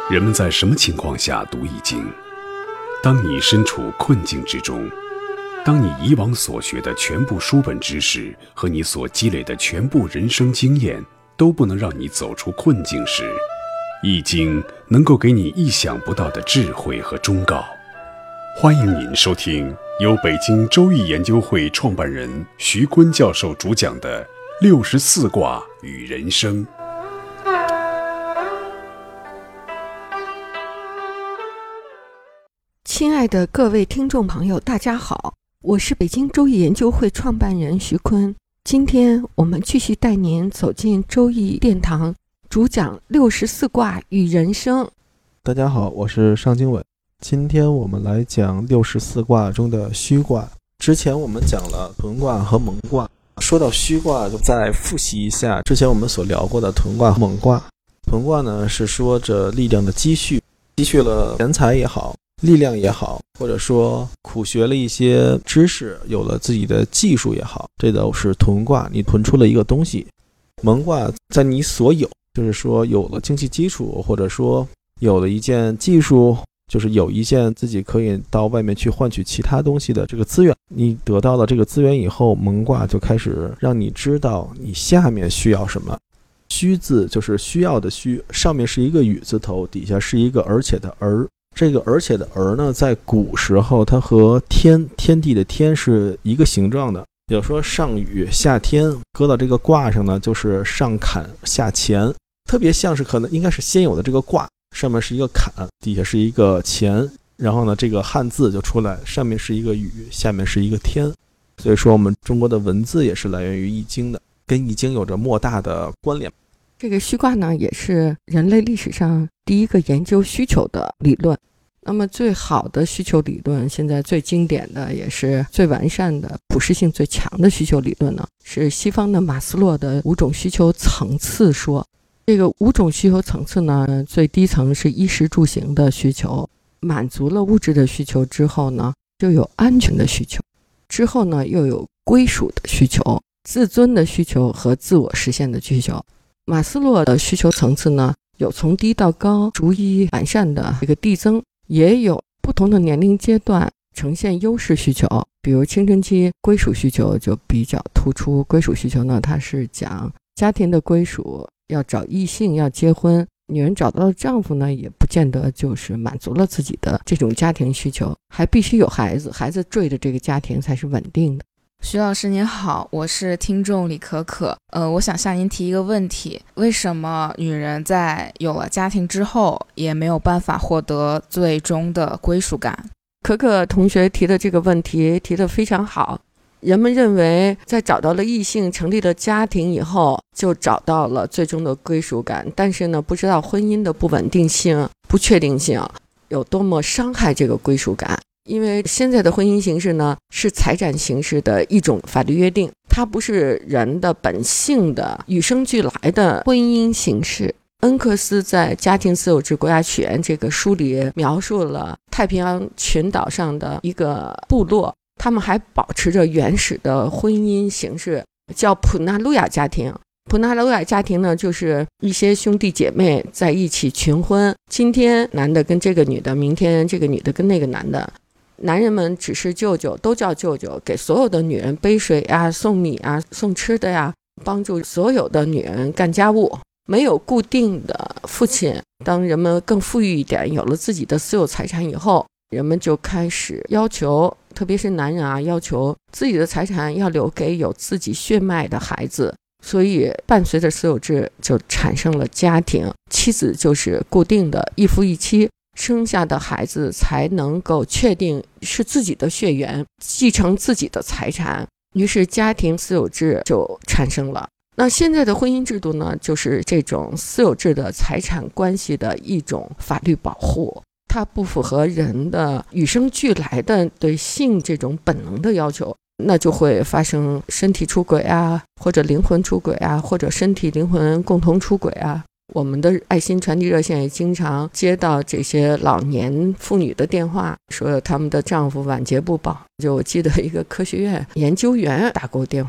人们在什么情况下读易经？当你身处困境之中，当你以往所学的全部书本知识和你所积累的全部人生经验都不能让你走出困境时，易经能够给你意想不到的智慧和忠告。欢迎您收听由北京周易研究会创办人徐坤教授主讲的64卦与人生。 亲爱的各位听众朋友，大家好，我是北京周易研究会创办人徐坤。今天我们继续带您走进周易殿堂，主讲64卦与人生。 大家好，我是尚经纬。今天我们来讲64卦中的虚卦。之前我们讲了屯卦和蒙卦，说到虚卦就再复习一下之前我们所聊过的屯卦和蒙卦。屯卦呢是说着力量的积蓄了钱财也好，力量也好，或者说苦学了一些知识，有了自己的技术也好，这都是屯卦，你屯出了一个东西。蒙卦在你所有，就是说有了经济基础，或者说有了一件技术，就是有一件自己可以到外面去换取其他东西的这个资源。你得到了这个资源以后，蒙卦就开始让你知道你下面需要什么。虚字就是需要的需，上面是一个雨字头，底下是一个而且的而。这个而且的而呢，在古时候它和天地的天是一个形状的，比如说上雨下天，搁到这个卦上呢就是上坎下乾，特别像是可能应该是先有的这个卦，上面是一个坎，底下是一个乾，然后呢这个汉字就出来，上面是一个雨，下面是一个天。所以说我们中国的文字也是来源于易经的，跟易经有着莫大的关联。 这个虚卦呢，也是人类历史上第一个研究需求的理论。那么最好的需求理论，现在最经典的也是最完善的普适性最强的需求理论呢，是西方的马斯洛的5种需求层次说。这个5种需求层次呢，最低层是衣食住行的需求，满足了物质的需求之后呢，就有安全的需求，之后呢又有归属的需求、自尊的需求和自我实现的需求。马斯洛的需求层次呢，有从低到高逐一完善的这个递增，也有不同的年龄阶段呈现优势需求。比如青春期归属需求就比较突出，归属需求呢，它是讲家庭的归属，要找异性，要结婚。女人找到了丈夫呢，也不见得就是满足了自己的这种家庭需求，还必须有孩子，孩子缀着这个家庭才是稳定的。 徐老师您好，我是听众李可可。我想向您提一个问题，为什么女人在有了家庭之后也没有办法获得最终的归属感？ 可可同学提的这个问题提得非常好。人们认为在找到了异性，成立了家庭以后，就找到了最终的归属感，但是呢，不知道婚姻的不稳定性、不确定性有多么伤害这个归属感。因为现在的婚姻形式呢，是财产形式的一种法律约定，它不是人的本性的与生俱来的婚姻形式。恩克斯在《家庭私有制国家起源》这个书里描述了太平洋群岛上的一个部落，他们还保持着原始的婚姻形式，叫普纳鲁亚家庭。普纳鲁亚家庭呢，就是一些兄弟姐妹在一起群婚，今天男的跟这个女的，明天这个女的跟那个男的。男人们只是舅舅，都叫舅舅，给所有的女人背水呀、送米啊、送吃的呀，帮助所有的女人干家务，没有固定的父亲。当人们更富裕一点，有了自己的私有财产以后，人们就开始要求，特别是男人啊，要求自己的财产要留给有自己血脉的孩子。所以伴随着私有制就产生了家庭，妻子就是固定的一夫一妻，生下的孩子才能够确定是自己的血缘，继承自己的财产，于是家庭私有制就产生了。那现在的婚姻制度呢，就是这种私有制的财产关系的一种法律保护，它不符合人的与生俱来的对性这种本能的要求，那就会发生身体出轨啊，或者灵魂出轨啊，或者身体灵魂共同出轨啊。我们的爱心传递热线也经常接到这些老年妇女的电话，说他们的丈夫晚节不保。就我记得一个科学院研究员打过电话，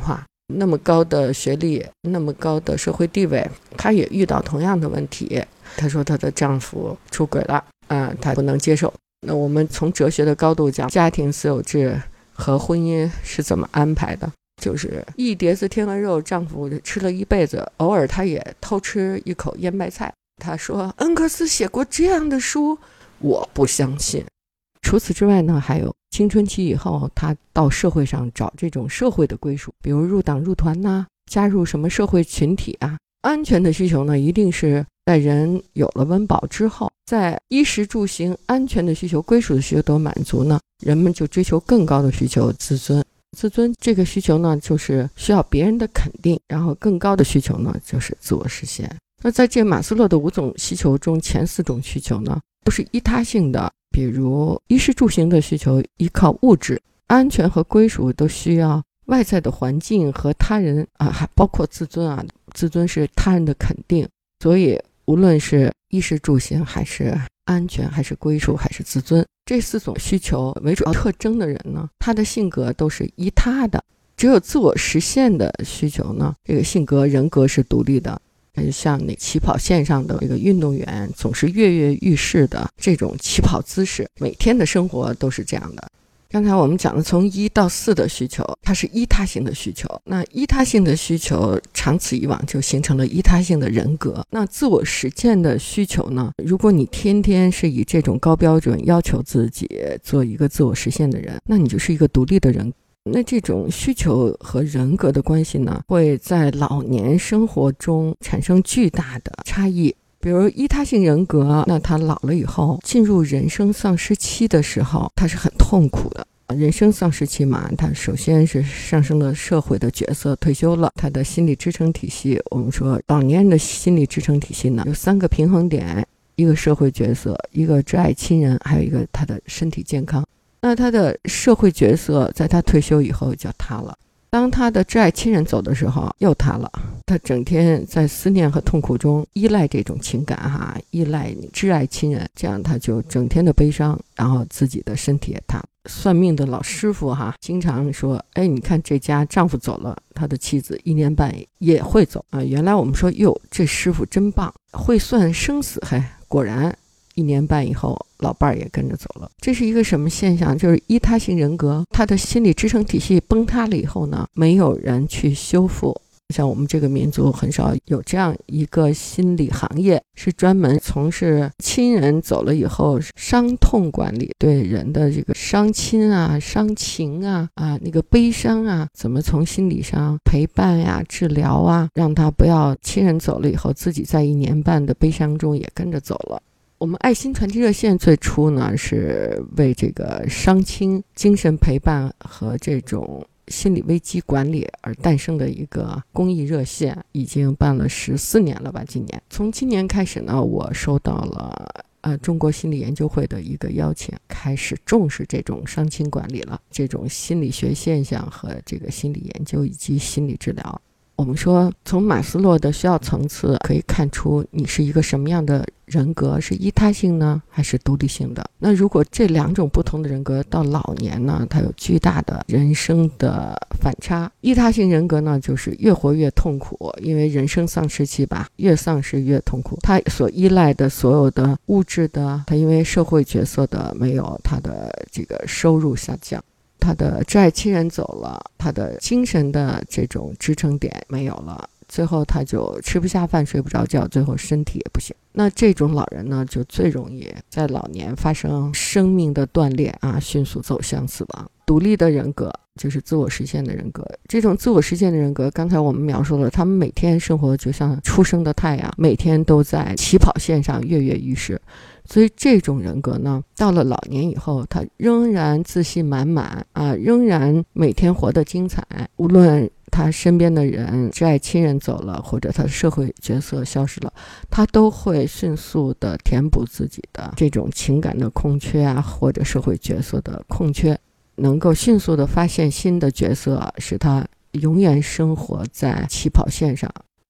那么高的学历，那么高的社会地位，她也遇到同样的问题。她说她的丈夫出轨了她不能接受。那我们从哲学的高度讲，家庭私有制和婚姻是怎么安排的？就是一碟子天鹅肉，丈夫吃了一辈子，偶尔他也偷吃一口腌白菜。他说恩格斯写过这样的书，我不相信。除此之外呢，还有青春期以后，他到社会上找这种社会的归属，比如入党入团加入什么社会群体安全的需求呢，一定是在人有了温饱之后，在衣食住行安全的需求、归属的需求都满足呢，人们就追求更高的需求，自尊。自尊这个需求呢，就是需要别人的肯定，然后更高的需求呢，就是自我实现。那在这马斯洛的5种需求中，前4种需求呢，都是依他性的，比如衣食住行的需求依靠物质，安全和归属都需要外在的环境和他人还包括自尊自尊是他人的肯定。所以无论是衣食住行，还是安全，还是归属，还是自尊，这4种需求为主要特征的人呢，他的性格都是依他的。只有自我实现的需求呢，这个性格人格是独立的。像那起跑线上的这个运动员总是跃跃欲试的这种起跑姿势，每天的生活都是这样的。刚才我们讲的从1到4的需求，它是依他性的需求。那依他性的需求长此以往就形成了依他性的人格。那自我实践的需求呢，如果你天天是以这种高标准要求自己做一个自我实现的人，那你就是一个独立的人。那这种需求和人格的关系呢，会在老年生活中产生巨大的差异。比如依他性人格，那他老了以后进入人生丧失期的时候，他是很痛苦的。人生丧失期嘛，他首先是上升了社会的角色，退休了，他的心理支撑体系，我们说老年人的心理支撑体系呢，有3个平衡点，一个社会角色，一个挚爱亲人，还有一个他的身体健康。那他的社会角色在他退休以后就塌了，当他的挚爱亲人走的时候又塌了，他整天在思念和痛苦中依赖这种情感依赖挚爱亲人，这样他就整天的悲伤，然后自己的身体也塌了。算命的老师傅经常说，你看这家丈夫走了，他的妻子1年半也会走原来我们说哟，这师傅真棒，会算生死，果然1年半以后老伴儿也跟着走了。这是一个什么现象？就是依他性人格，他的心理支撑体系崩塌了以后呢，没有人去修复。像我们这个民族很少有这样一个心理行业，是专门从事亲人走了以后伤痛管理，对人的这个伤亲伤情那个悲伤怎么从心理上陪伴治疗让他不要亲人走了以后自己在1年半的悲伤中也跟着走了。我们爱心传奇热线最初呢，是为这个伤亲精神陪伴和这种心理危机管理而诞生的一个公益热线，已经办了14年了吧。从今年开始呢，我收到了中国心理研究会的一个邀请，开始重视这种伤亲管理了，这种心理学现象和这个心理研究以及心理治疗。我们说从马斯洛的需要层次可以看出你是一个什么样的人格，是依他性呢还是独立性的。那如果这2种不同的人格到老年呢，它有巨大的人生的反差。依他性人格呢，就是越活越痛苦，因为人生丧失期吧，越丧失越痛苦。他所依赖的所有的物质的，他因为社会角色的没有，他的这个收入下降，他的挚爱亲人走了，他的精神的这种支撑点没有了，最后他就吃不下饭睡不着觉，最后身体也不行。那这种老人呢，就最容易在老年发生生命的断裂迅速走向死亡。独立的人格就是自我实现的人格，这种自我实现的人格，刚才我们描述了，他们每天生活就像初升的太阳，每天都在起跑线上跃跃欲试。所以这种人格呢，到了老年以后，他仍然自信满满仍然每天活得精彩，无论他身边的人挚爱亲人走了，或者他的社会角色消失了，他都会迅速的填补自己的这种情感的空缺或者社会角色的空缺，能够迅速的发现新的角色，使他永远生活在起跑线上。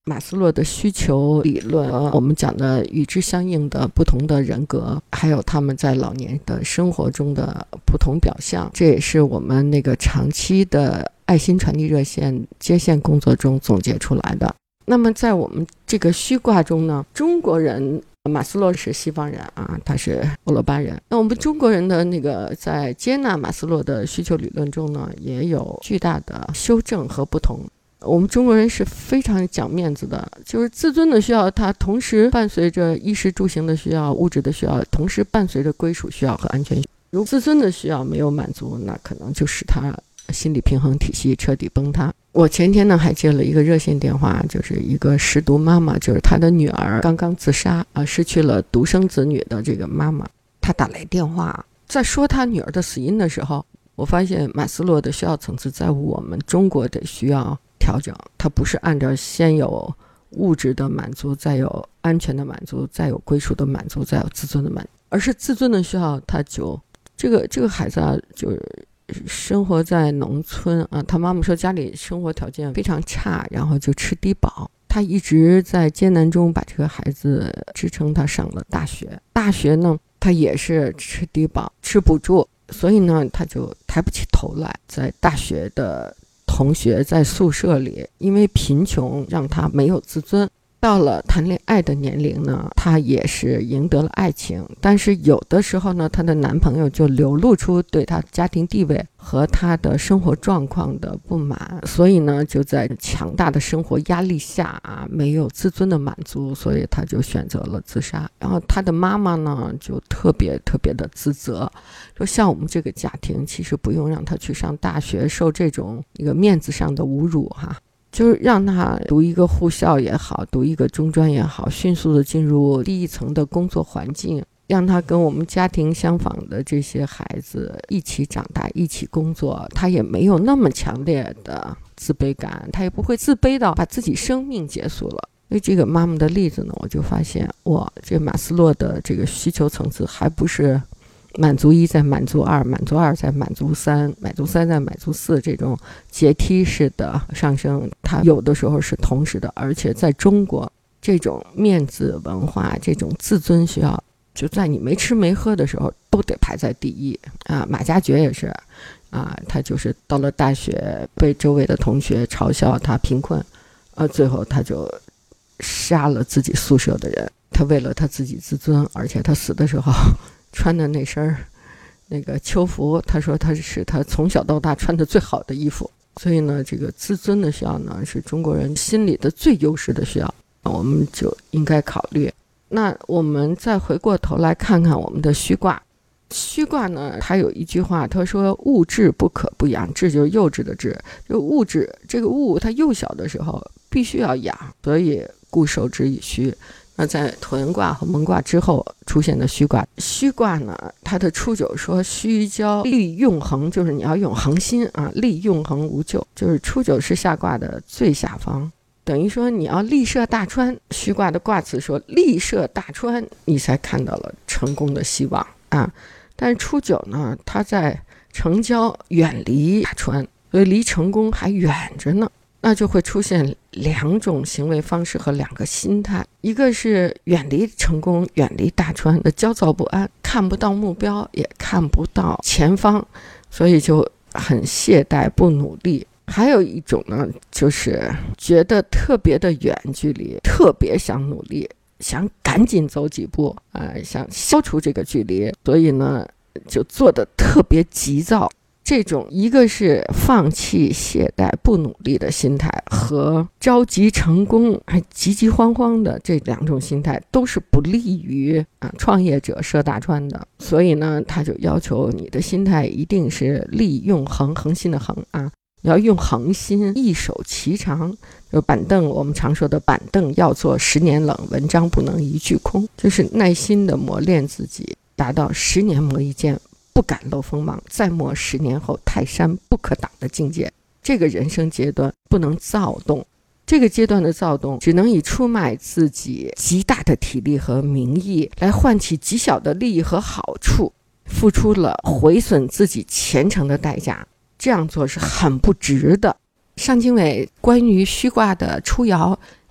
马斯洛的需求理论，我们讲的与之相应的不同的人格，还有他们在老年的生活中的不同表象，这也是我们那个长期的爱心传递热线接线工作中总结出来的。那么在我们这个虚卦中呢，中国人，马斯洛是西方人啊，他是欧罗巴人。那我们中国人的那个在接纳马斯洛的需求理论中呢，也有巨大的修正和不同。我们中国人是非常讲面子的，就是自尊的需要，它同时伴随着衣食住行的需要、物质的需要，同时伴随着归属需要和安全需要。如果自尊的需要没有满足，那可能就使他心理平衡体系彻底崩塌。我前天呢还接了一个热线电话，就是一个失独妈妈，就是她的女儿刚刚自杀失去了独生子女的这个妈妈，她打来电话，在说她女儿的死因的时候，我发现马斯洛的需要层次在我们中国的需要调整，它不是按照先有物质的满足，再有安全的满足，再有归属的满足，再有自尊的满足，而是自尊的需要，他就这个孩子就是生活在农村他妈妈说家里生活条件非常差，然后就吃低保，他一直在艰难中把这个孩子支撑他上了大学。大学呢，他也是吃低保吃补助，所以呢他就抬不起头来。在大学的同学在宿舍里，因为贫穷让他没有自尊。到了谈恋爱的年龄呢，她也是赢得了爱情，但是有的时候呢，她的男朋友就流露出对她家庭地位和她的生活状况的不满，所以呢，就在强大的生活压力下没有自尊的满足，所以她就选择了自杀。然后她的妈妈呢，就特别的自责，说像我们这个家庭，其实不用让她去上大学，受这种一个面子上的侮辱就是让他读一个护校也好，读一个中专也好，迅速的进入第一层的工作环境，让他跟我们家庭相仿的这些孩子一起长大，一起工作，他也没有那么强烈的自卑感，他也不会自卑到把自己生命结束了。所以这个妈妈的例子呢，我就发现这马斯洛的这个需求层次还不是满足1再满足2，满足2再满足3，满足3再满足4，这种阶梯式的上升，它有的时候是同时的。而且在中国这种面子文化，这种自尊需要，就在你没吃没喝的时候都得排在第一马加爵也是他就是到了大学被周围的同学嘲笑他贫困最后他就杀了自己宿舍的人。他为了他自己自尊，而且他死的时候穿的那身那个秋服，他说他是他从小到大穿的最好的衣服。所以呢，这个自尊的需要呢，是中国人心里的最优势的需要，我们就应该考虑。那我们再回过头来看看我们的虚卦。虚卦呢，它有一句话，他说物质不可不养，质就是幼稚的质，就物质这个物它幼小的时候必须要养，所以故受之以虚。那在屯卦和蒙卦之后出现的虚卦，虚卦呢，它的初九说虚交利用恒，就是你要用恒心利用恒无咎，就是初九是下卦的最下方，等于说你要立涉大川。虚卦的卦辞说立涉大川，你才看到了成功的希望但是初九呢，它在成交远离大川，所以离成功还远着呢。那就会出现2种行为方式和2个心态，一个是远离成功，远离大川的焦躁不安，看不到目标，也看不到前方，所以就很懈怠不努力。还有一种呢，就是觉得特别的远距离，特别想努力，想赶紧走几步想消除这个距离，所以呢就做得特别急躁。这种一个是放弃懈怠不努力的心态，和着急成功还急急慌慌的这2种心态，都是不利于创业者涉大川的。所以呢，他就要求你的心态一定是利用恒心的恒要用恒心，一手其长。就板凳，我们常说的板凳要做10年冷，文章不能一句空，就是耐心的磨练自己，达到10年磨一剑，不敢露锋芒，再磨10年后泰山不可挡的境界。这个人生阶段不能躁动，这个阶段的躁动只能以出卖自己极大的体力和名义来换取极小的利益和好处，付出了毁损自己前程的代价，这样做是很不值的。尚经纬关于虚卦的初爻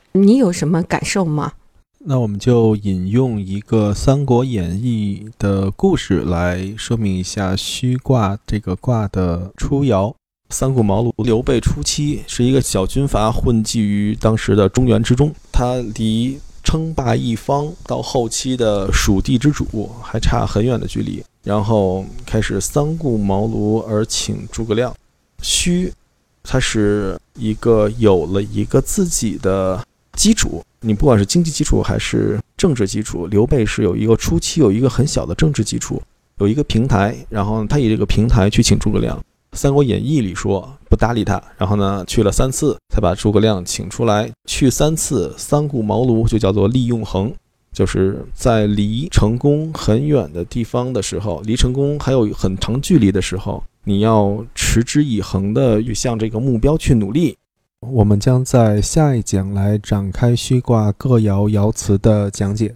你有什么感受吗？ 那我们就引用一个《三国演义》的故事来说明一下虚卦这个卦的出爻。三顾茅庐，刘备初期是一个小军阀混迹于当时的中原之中，他离称霸一方到后期的蜀地之主还差很远的距离，然后开始三顾茅庐而请诸葛亮。虚它是一个有了一个自己的基础，你不管是经济基础还是政治基础，刘备是有一个初期有一个很小的政治基础，有一个平台，然后他以这个平台去请诸葛亮。三国演义里说不搭理他，然后呢去了3次才把诸葛亮请出来，去3次三顾茅庐就叫做利用衡，就是在离成功很远的地方的时候，离成功还有很长距离的时候，你要持之以恒的向这个目标去努力。我们将在下一讲来展开虚卦各爻爻辞的讲解。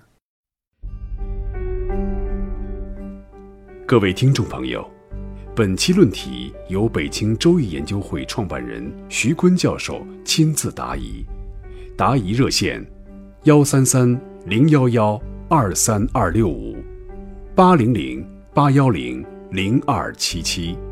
各位听众朋友，本期论题由北京周易研究会创办人徐坤教授亲自答疑，答疑热线133-011-23265 800-810-0277。